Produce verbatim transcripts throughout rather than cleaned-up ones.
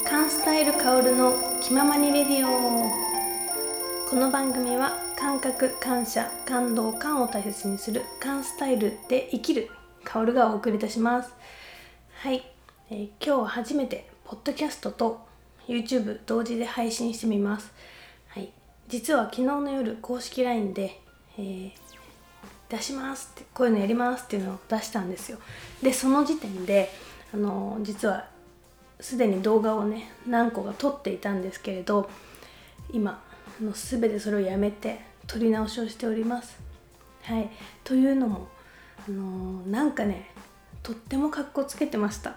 カンスタイルカオルの気ままにレディオ。この番組は感覚、感謝、感動、感を大切にするカンスタイルで生きるカオルがお送りいたします。はい、えー、今日は初めてポッドキャストと YouTube 同時で配信してみます。はい、実は昨日の夜公式 ライン で、えー、出しますってこういうのやりますっていうのを出したんですよ。でその時点であの実はすでに動画をね何個か撮っていたんですけれど、今あの全てそれをやめて撮り直しをしております。はい、というのもあのなんかねとってもかっこつけてました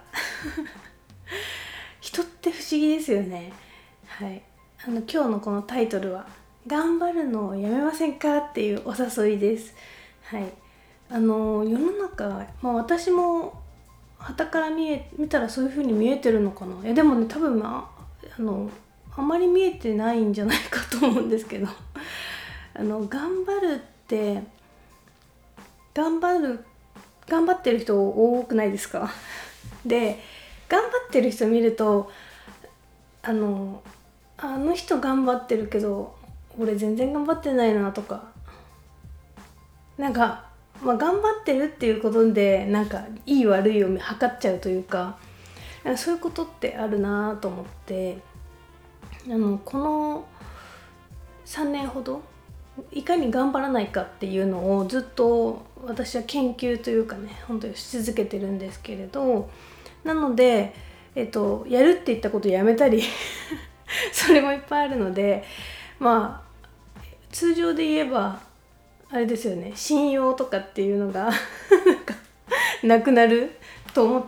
人って不思議ですよね。はい、あの今日のこのタイトルは頑張るのをやめませんかっていうお誘いです。はい、あの世の中、まあ、私も傍から見え見たらそういう風に見えてるのかな。いやでもね多分まああのあまり見えてないんじゃないかと思うんですけどあの頑張るって頑張る頑張ってる人多くないですかで頑張ってる人見るとあのあの人頑張ってるけど俺全然頑張ってないなとか、なんかまあ、頑張ってるっていうことでなんかいい悪いを測っちゃうというか、そういうことってあるなと思って、あのこのさんねんほどいかに頑張らないかっていうのをずっと私は研究というかね本当にし続けてるんですけれど、なので、えっと、やるって言ったことやめたりそれもいっぱいあるので、まあ通常で言えばあれですよね、信用とかっていうのがなくなると思って、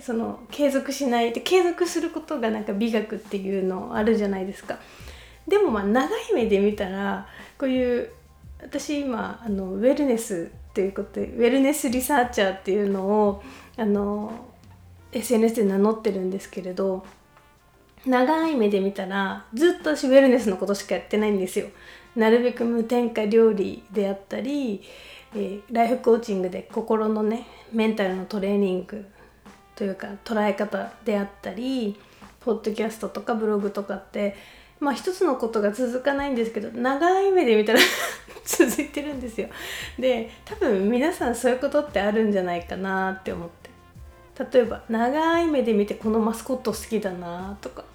その継続しないで継続することがなんか美学っていうのあるじゃないですか。でもまあ長い目で見たらこういう私今あのウェルネスということでウェルネスリサーチャーっていうのをあの エスエヌエス で名乗ってるんですけれど、長い目で見たらずっと私ウェルネスのことしかやってないんですよ。なるべく無添加料理であったり、えー、ライフコーチングで心のねメンタルのトレーニングというか捉え方であったり、ポッドキャストとかブログとかってまあ一つのことが続かないんですけど長い目で見たら続いてるんですよ。で多分皆さんそういうことってあるんじゃないかなって思って、例えば長い目で見てこのマスコット好きだなとか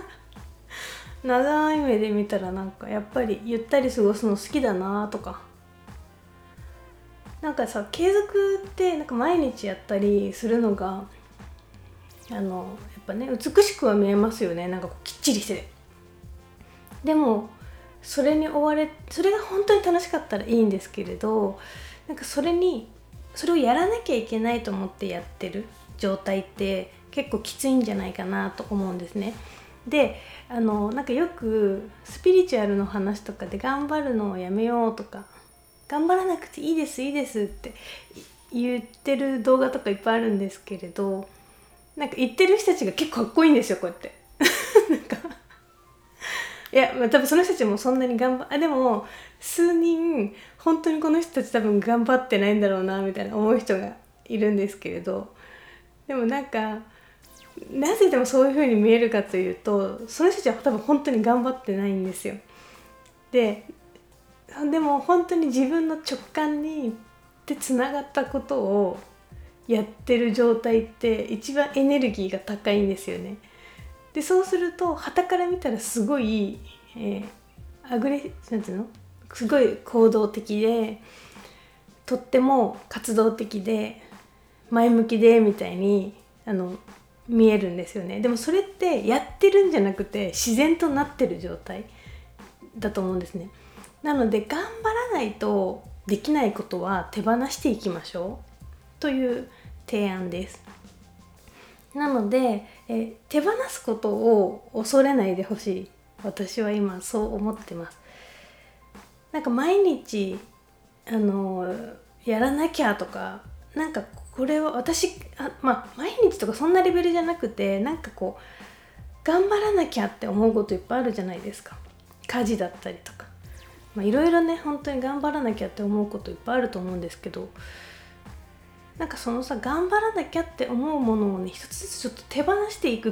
長い目で見たらなんかやっぱりゆったり過ごすの好きだなとか、なんかさ継続ってなんか毎日やったりするのがあのやっぱね美しくは見えますよね。なんかこうきっちりしてて、でもそれに追われそれが本当に楽しかったらいいんですけれど、なんかそれにそれをやらなきゃいけないと思ってやってる状態って結構きついんじゃないかなと思うんですね。であのなんかよくスピリチュアルの話とかで頑張るのをやめようとか頑張らなくていいですいいですって言ってる動画とかいっぱいあるんですけれど、なんか言ってる人たちが結構かっこいいんですよこうやってなんかいや、まあ、多分その人たちもそんなに頑張あでも数人本当にこの人たち多分頑張ってないんだろうなみたいな思う人がいるんですけれど、でもなんかなぜでもそういう風に見えるかというと、その人たちは多分本当に頑張ってないんですよ。ででも本当に自分の直感にでつながったことをやってる状態って一番エネルギーが高いんですよね。でそうすると傍から見たらすごい、えー、アグレなんていうのすごい行動的でとっても活動的で前向きでみたいにあの見えるんですよね。でもそれってやってるんじゃなくて自然となってる状態だと思うんですね。なので頑張らないとできないことは手放していきましょうという提案です。なのでえ手放すことを恐れないでほしい。私は今そう思ってます。なんか毎日あのやらなきゃとか、なんかこれは私あまあ毎日とかそんなレベルじゃなくて、なんかこう頑張らなきゃって思うこといっぱいあるじゃないですか。家事だったりとかまあいろいろね本当に頑張らなきゃって思うこといっぱいあると思うんですけど、なんかそのさ頑張らなきゃって思うものをね一つずつちょっと手放していく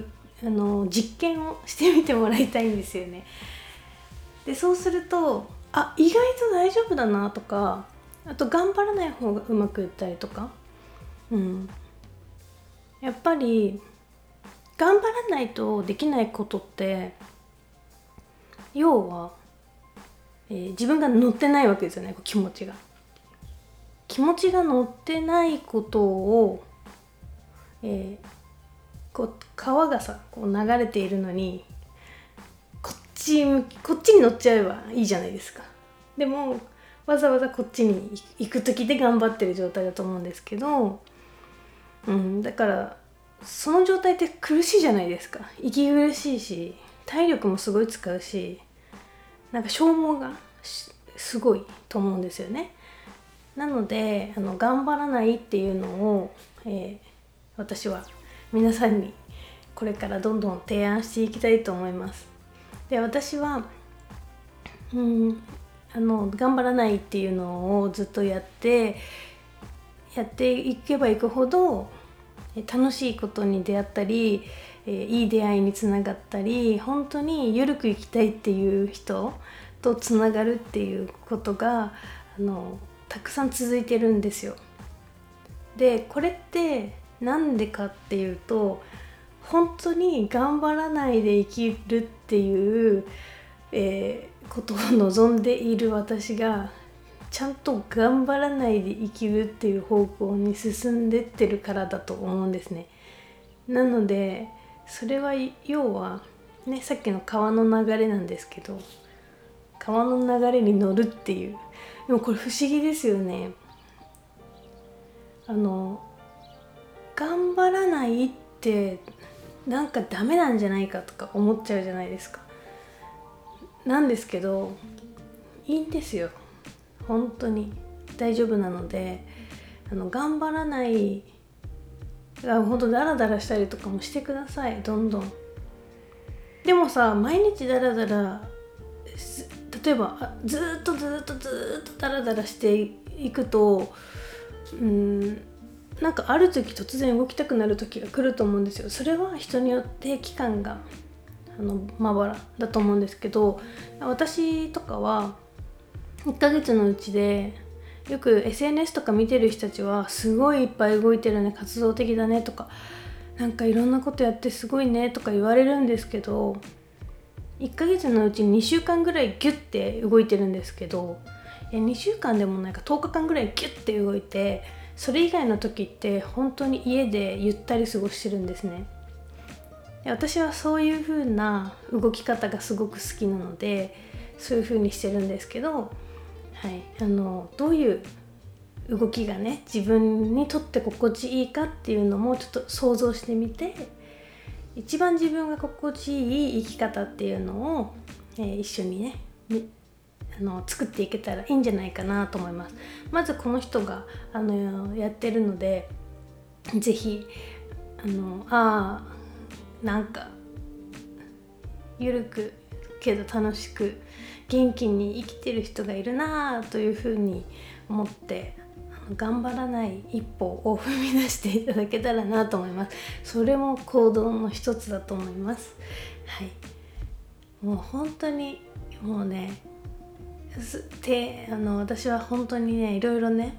あの実験をしてみてもらいたいんですよね。でそうするとあ意外と大丈夫だなとか、あと頑張らない方がうまくいったりとか、うん、やっぱり頑張らないとできないことって要は、えー、自分が乗ってないわけですよね。気持ちが気持ちが乗ってないことを、えー、こう川がさこう流れているのにこっちこっちに乗っちゃえばいいじゃないですか。でもわざわざこっちに行く時で頑張ってる状態だと思うんですけど、うん、だからその状態って苦しいじゃないですか。息苦しいし体力もすごい使うし、なんか消耗がすごいと思うんですよね。なのであの頑張らないっていうのを、えー、私は皆さんにこれからどんどん提案していきたいと思います。で私はうんあの頑張らないっていうのをずっとやってやっていけばいくほど楽しいことに出会ったり、えー、いい出会いにつながったり、本当に緩く生きたいっていう人とつながるっていうことがあのたくさん続いてるんですよ。でこれってなんでかっていうと、本当に頑張らないで生きるっていう、えー、ことを望んでいる私がちゃんと頑張らないで生きるっていう方向に進んでってるからだと思うんですね。なのでそれは要はね、さっきの川の流れなんですけど、川の流れに乗るっていう、でもこれ不思議ですよね。あの頑張らないってなんかダメなんじゃないかとか思っちゃうじゃないですか。なんですけどいいんですよ、本当に大丈夫なので、あの頑張らない本当ダラダラしたりとかもしてください、どんどん。でもさ、毎日ダラダラ例えばずっとずっとずっとダラダラしていくと、うーんなんかある時突然動きたくなる時が来ると思うんですよ。それは人によって期間があのまばらだと思うんですけど、私とかはいっかげつのうちでよく エスエヌエス とか見てる人たちはすごいいっぱい動いてるね、活動的だねとか、なんかいろんなことやってすごいねとか言われるんですけど、いっかげつのうちににしゅうかんぐらいギュッて動いてるんですけど、にしゅうかんでもなんかとおかかんぐらいギュッて動いて、それ以外の時って本当に家でゆったり過ごしてるんですね。で私はそういう風な動き方がすごく好きなので、そういう風にしてるんですけど、はい、あのどういう動きがね自分にとって心地いいかっていうのもちょっと想像してみて、一番自分が心地いい生き方っていうのを、えー、一緒にねあの作っていけたらいいんじゃないかなと思います。まずこの人があのやってるので、ぜひあのあーなんかゆるくけど楽しく元気に生きてる人がいるなというふうに思って、頑張らない一歩を踏み出していただけたらなと思います。それも行動の一つだと思います。はい、もう本当にもうねてあの私は本当にねいろいろね、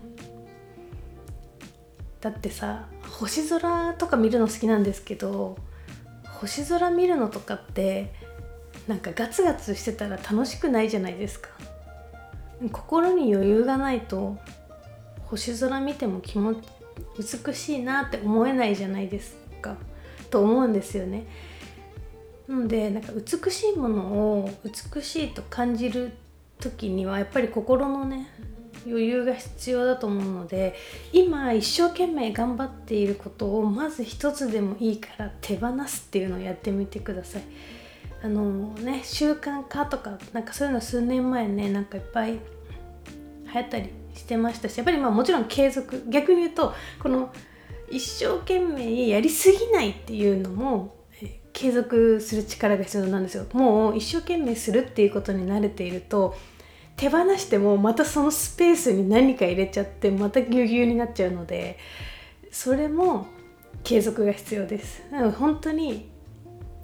だってさ星空とか見るの好きなんですけど、星空見るのとかってなんかガツガツしてたら楽しくないじゃないですか。心に余裕がないと星空見ても気持ち美しいなって思えないじゃないですかと思うんですよね。なのでなんか美しいものを美しいと感じる時にはやっぱり心のね余裕が必要だと思うので、今一生懸命頑張っていることをまず一つでもいいから手放すっていうのをやってみてください。あのね習慣化とかなんかそういうの数年前ねなんかいっぱい流行ったりしてましたし、やっぱりまあもちろん継続、逆に言うとこの一生懸命やりすぎないっていうのも継続する力が必要なんですよ。もう一生懸命するっていうことに慣れていると手放してもまたそのスペースに何か入れちゃってまたぎゅうぎゅうになっちゃうので、それも継続が必要です。なので本当に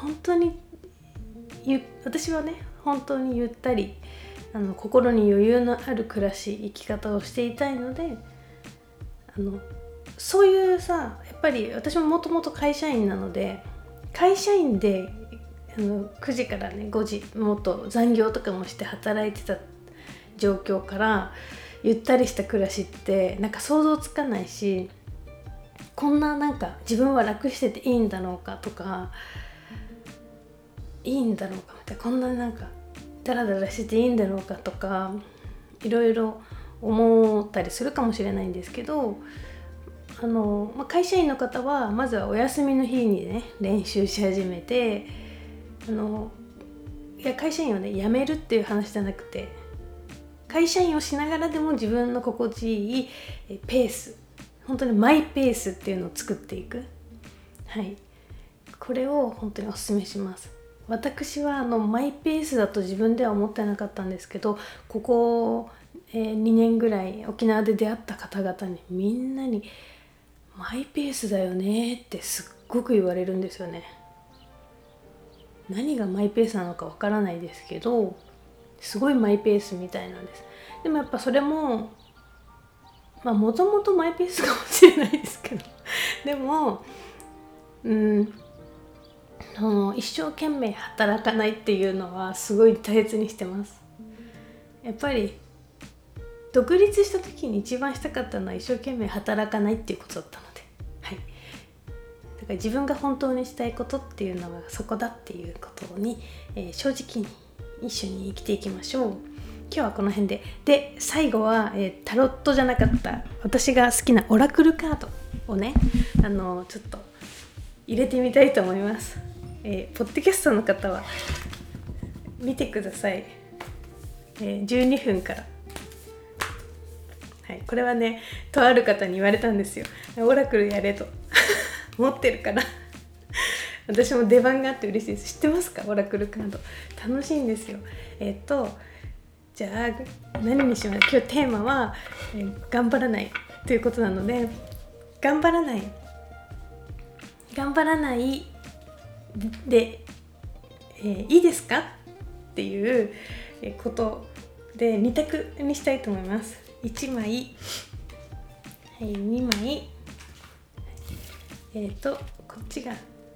本当にゆ私はね本当にゆったりあの心に余裕のある暮らし生き方をしていたいので、あのそういうさやっぱり私ももともと会社員なので、会社員であのくじからねごじもっと残業とかもして働いてた状況からゆったりした暮らしってなんか想像つかないし、こんななんか自分は楽してていいんだろうかとかいいんだろうかみたいな、こんななんかダラダラしてていいんだろうかとかいろいろ思ったりするかもしれないんですけど、あの、まあ、会社員の方はまずはお休みの日にね練習し始めて、あのいや会社員をね辞めるっていう話じゃなくて、会社員をしながらでも自分の心地いいペース、本当にマイペースっていうのを作っていく、はい、これを本当にお勧めします。私はあのマイペースだと自分では思ってなかったんですけど、ここ、えー、にねんぐらい沖縄で出会った方々にみんなにマイペースだよねってすっごく言われるんですよね。何がマイペースなのかわからないですけど、すごいマイペースみたいなんです。でもやっぱそれもまあもともとマイペースかもしれないですけどでもうんあの一生懸命働かないっていうのはすごい大切にしてます。やっぱり独立した時に一番したかったのは一生懸命働かないっていうことだったので、はい、だから自分が本当にしたいことっていうのはそこだっていうことに、えー、正直に一緒に生きていきましょう。今日はこの辺でで最後は、えー、タロットじゃなかった私が好きなオラクルカードをねあのちょっと入れてみたいと思います。えー、ポッドキャストの方は見てください、えー、じゅうにふんから、はい、これはねとある方に言われたんですよ。オラクルやれと持ってるから私も出番があって嬉しいです。知ってますか？オラクルカード楽しいんですよ。えっ、ー、とじゃあ何にします？今日テーマは、えー、頑張らないということなので、頑張らない頑張らないで、えー、いいですかっていうことでに択にしたいと思います。いちまい、はい、にまい、えっ、ー、とこっちが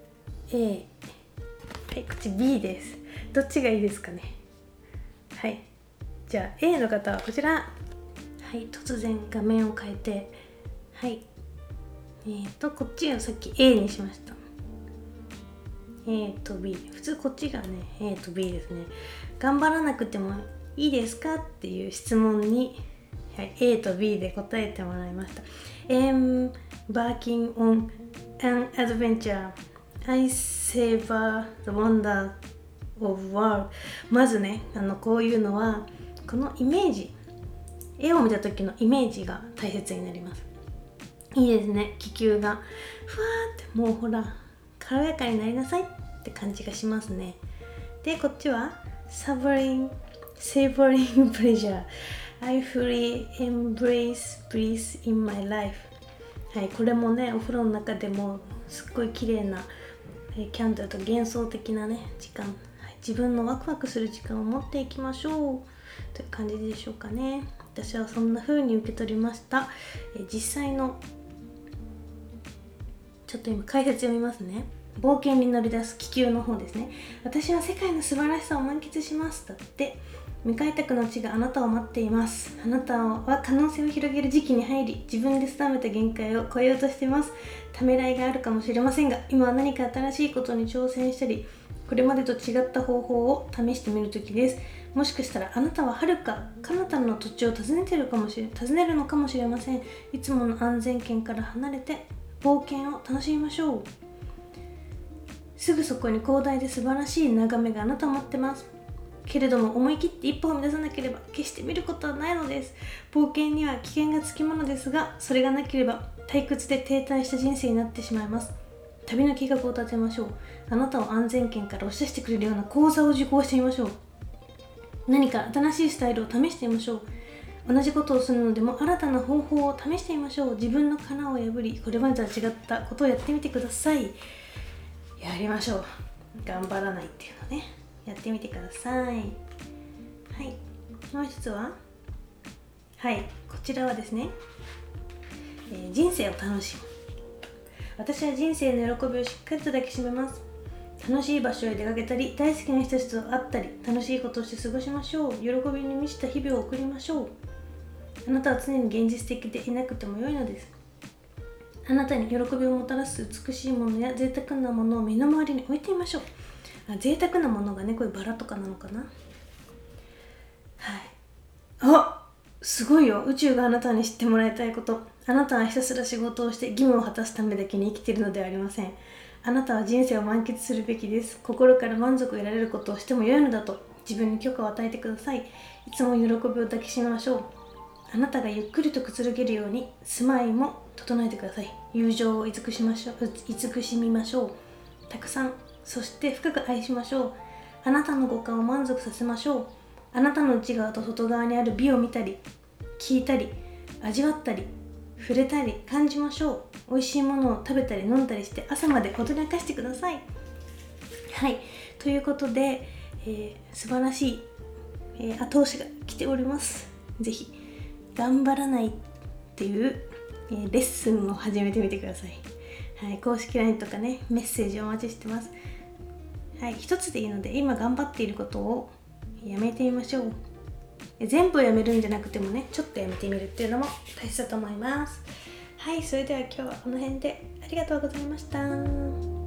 A、 はい、こっち B です。どっちがいいですかね。はい、じゃあ A の方はこちら。はい、突然画面を変えて、はい、えーとこっちをさっき A にしました。A と B、 普通こっちがね A と B ですね。頑張らなくてもいいですかっていう質問に、はい、A と B で答えてもらいました。 I'm embarking on an adventure. I savor the wonder of world. まずねあのこういうのはこのイメージ、絵を見た時のイメージが大切になります。いいですね。気球がふわーってもうほら軽やかになりなさいって感じがしますね。でこっちは Savoring Savoring Pleasure. I fully embrace bliss in my life. はい、これもねお風呂の中でもすっごい綺麗なえキャンドルと幻想的なね時間、はい、自分のワクワクする時間を持っていきましょうという感じでしょうかね。私はそんな風に受け取りました。え実際のちょっと今解説読みますね。冒険に乗り出す気球の方ですね。私は世界の素晴らしさを満喫しますだって。未開拓の地があなたを待っています。あなたは可能性を広げる時期に入り、自分で定めた限界を超えようとしています。ためらいがあるかもしれませんが、今は何か新しいことに挑戦したり、これまでと違った方法を試してみるときです。もしかしたらあなたは遥か彼方の土地を訪ねてるかもしれ訪ねるのかもしれません。いつもの安全圏から離れて冒険を楽しみましょう。すぐそこに広大で素晴らしい眺めがあなたを待ってます。けれども思い切って一歩を踏み出さなければ決して見ることはないのです。冒険には危険がつきものですが、それがなければ退屈で停滞した人生になってしまいます。旅の計画を立てましょう。あなたを安全圏から押し出してくれるような講座を受講してみましょう。何か新しいスタイルを試してみましょう。同じことをするのでも新たな方法を試してみましょう。自分の殻を破り、これまでとは違ったことをやってみてください。やりましょう。 頑張らないっていうのね、やってみてください。はい、もう一つは、はい、こちらはですね、えー、人生を楽しむ。私は人生の喜びをしっかりと抱きしめます。楽しい場所へ出かけたり、大好きな人たちと会ったり、楽しいことをして過ごしましょう。喜びに満ちた日々を送りましょう。あなたは常に現実的でいなくても良いのです。あなたに喜びをもたらす美しいものや贅沢なものを身の回りに置いてみましょう。あ、贅沢なものがね、これバラとかなのかな。はい。あ、すごいよ。宇宙があなたに知ってもらいたいこと。あなたはひたすら仕事をして義務を果たすためだけに生きているのではありません。あなたは人生を満喫するべきです。心から満足を得られることをしても良いのだと自分に許可を与えてください。いつも喜びを抱きしめましょう。あなたがゆっくりとくつろげるように住まいも整えてください。友情を慈しましょう、慈しみましょう。たくさん、そして深く愛しましょう。あなたの五感を満足させましょう。あなたの内側と外側にある美を見たり、聞いたり、味わったり、触れたり、感じましょう。美味しいものを食べたり飲んだりして朝まで驚かしてください。はい、ということで、えー、素晴らしい、えー、後押しが来ております。ぜひ頑張らないっていう、えー、レッスンを始めてみてください。はい、公式 ライン とかね、メッセージお待ちしてます。はい、一つでいいので今頑張っていることをやめてみましょう。全部やめるんじゃなくてもね、ちょっとやめてみるっていうのも大切だと思います。はい、それでは今日はこの辺でありがとうございました。